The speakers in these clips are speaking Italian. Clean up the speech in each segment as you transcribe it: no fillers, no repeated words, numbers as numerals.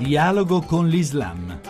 Dialogo con l'Islam.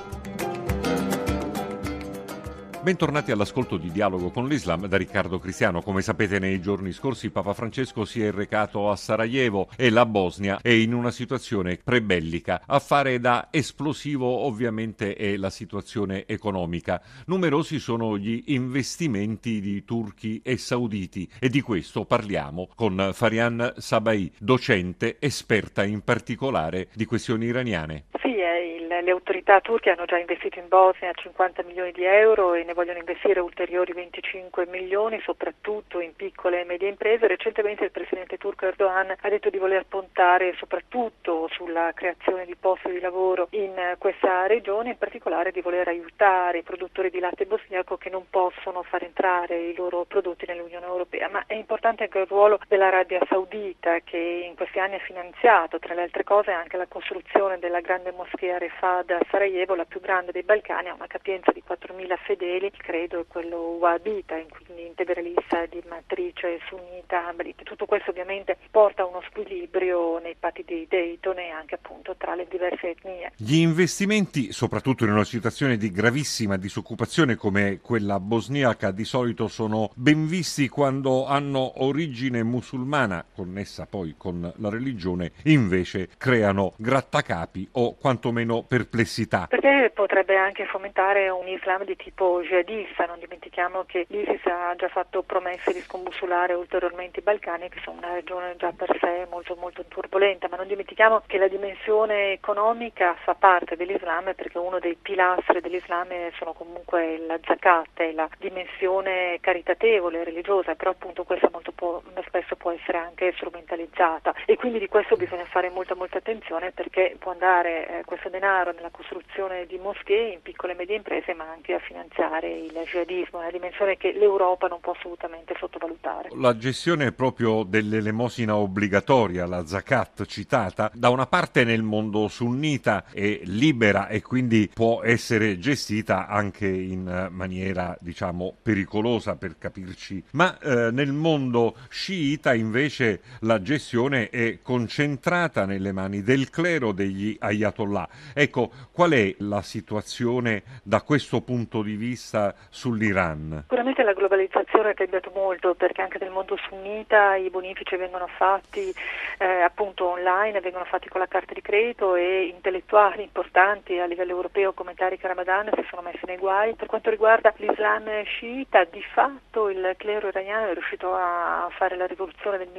Bentornati all'ascolto di Dialogo con l'Islam da Riccardo Cristiano. Come sapete, nei giorni scorsi Papa Francesco si è recato a Sarajevo e la Bosnia è in una situazione prebellica. A fare da esplosivo ovviamente è la situazione economica. Numerosi sono gli investimenti di turchi e sauditi e di questo parliamo con Farian Sabai, docente esperta in particolare di questioni iraniane. Sì, le autorità turche hanno già investito in Bosnia 50 milioni di euro e ne vogliono investire ulteriori 25 milioni, soprattutto in piccole e medie imprese. Recentemente il presidente turco Erdogan ha detto di voler puntare soprattutto sulla creazione di posti di lavoro in questa regione, in particolare di voler aiutare i produttori di latte bosniaco che non possono far entrare i loro prodotti nell'Unione Europea. Ma è importante anche il ruolo dell'Arabia Saudita, che in questi anni ha finanziato, tra le altre cose, anche la costruzione della grande moschea Refad a Sarajevo, la più grande dei Balcani, ha una capienza di 4.000 fedeli. Il credo è quello wahhabita, quindi integralista di matrice sunnita. Tutto questo ovviamente porta a uno squilibrio nei patti di Dayton e anche appunto tra le diverse etnie. Gli investimenti, soprattutto in una situazione di gravissima disoccupazione come quella bosniaca, di solito sono ben visti quando hanno origine musulmana, connessa poi con la religione, invece creano grattacapi o quantomeno perplessità. Perché potrebbe anche fomentare un Islam di tipo jihadista. Non dimentichiamo che l'ISIS ha già fatto promesse di scombussolare ulteriormente i Balcani, che sono una regione già per sé molto molto turbolenta, ma non dimentichiamo che la dimensione economica fa parte dell'Islam, perché uno dei pilastri dell'Islam sono comunque la zakat e la dimensione caritatevole, religiosa, però appunto questa molto spesso può essere anche strumentalizzata e quindi di questo bisogna fare molta attenzione, perché può andare questo denaro nella costruzione di moschee in piccole e medie imprese, ma anche a finanziare il jihadismo, una dimensione che l'Europa non può assolutamente sottovalutare. La gestione proprio dell'elemosina obbligatoria, la zakat citata, da una parte nel mondo sunnita è libera e quindi può essere gestita anche in maniera, diciamo, pericolosa, per capirci, ma nel mondo sciita invece la gestione è concentrata nelle mani del clero, degli ayatollah. Ecco, qual è la situazione da questo punto di vista sull'Iran? Sicuramente la globalizzazione ha cambiato molto, perché anche nel mondo sunnita i bonifici vengono fatti appunto online, vengono fatti con la carta di credito, e intellettuali importanti a livello europeo come Tariq Ramadan si sono messi nei guai. Per quanto riguarda l'Islam sciita, di fatto il clero iraniano è riuscito a fare la rivoluzione del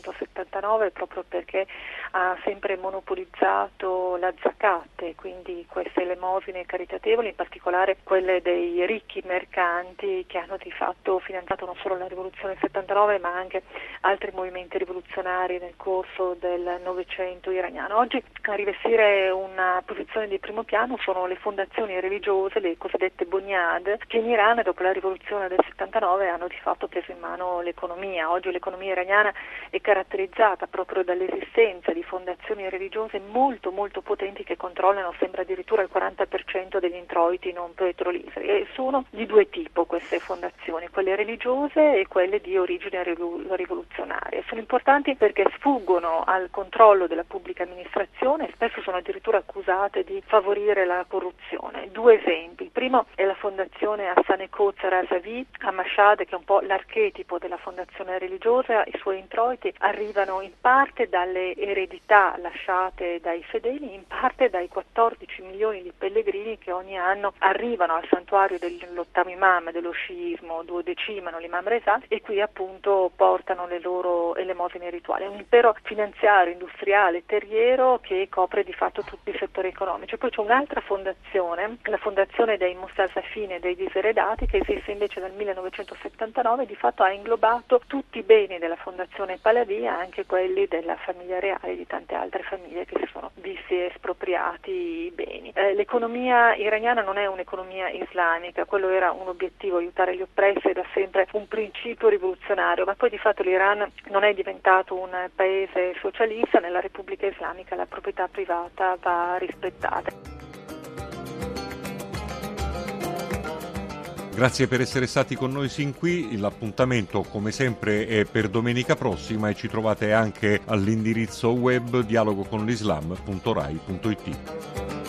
1979 proprio perché ha sempre monopolizzato la zakat, e quindi queste elemosine caritatevoli, in particolare quelle dei ricchi mercanti, che hanno di fatto finanziato non solo la rivoluzione del 79 ma anche altri movimenti rivoluzionari nel corso del Novecento iraniano. Oggi a rivestire una posizione di primo piano sono le fondazioni religiose, le cosiddette Bunyad, che in Iran dopo la rivoluzione del 79 hanno di fatto preso in mano l'economia. Oggi l'economia iraniana è caratterizzata proprio dall'esistenza di fondazioni religiose molto potenti che controllano, sembra addirittura il 40% degli introiti non petroliferi, e sono di due tipi queste fondazioni, quelle religiose e quelle di origine rivoluzionaria. Sono importanti perché sfuggono al controllo della pubblica amministrazione e spesso sono addirittura accusate di favorire la corruzione. Due esempi: il primo è la fondazione Hassan Quds Razavi a Mashhad, che è un po' l'archetipo della fondazione religiosa. I suoi introiti arrivano in parte dalle eredità lasciate dai fedeli, in parte dai 14 milioni di pellegrini che ogni anno arrivano al santuario dell'ottavo imam dello sciismo, duodecimano l'imam Reza, e qui appunto portano le loro elemosine rituali. È un impero finanziario, industriale, terriero, che copre di fatto tutti i settori economici. Poi c'è un'altra fondazione, la fondazione dei Mustasafine e dei diseredati, che esiste invece dal 1979, di fatto ha inglobato tutti i beni della fondazione Pahlavi, anche quelli della famiglia reale e di tante altre famiglie che si sono visti espropriati i beni. L'economia iraniana non è un'economia islamica, quello era un obiettivo, aiutare gli oppressi, è da sempre un principio rivoluzionario, ma poi di fatto l'Iran non è diventato un paese socialista. Nella Repubblica Islamica la proprietà privata va rispettata. Grazie per essere stati con noi sin qui. L'appuntamento come sempre è per domenica prossima e ci trovate anche all'indirizzo web dialogoconlislam.rai.it.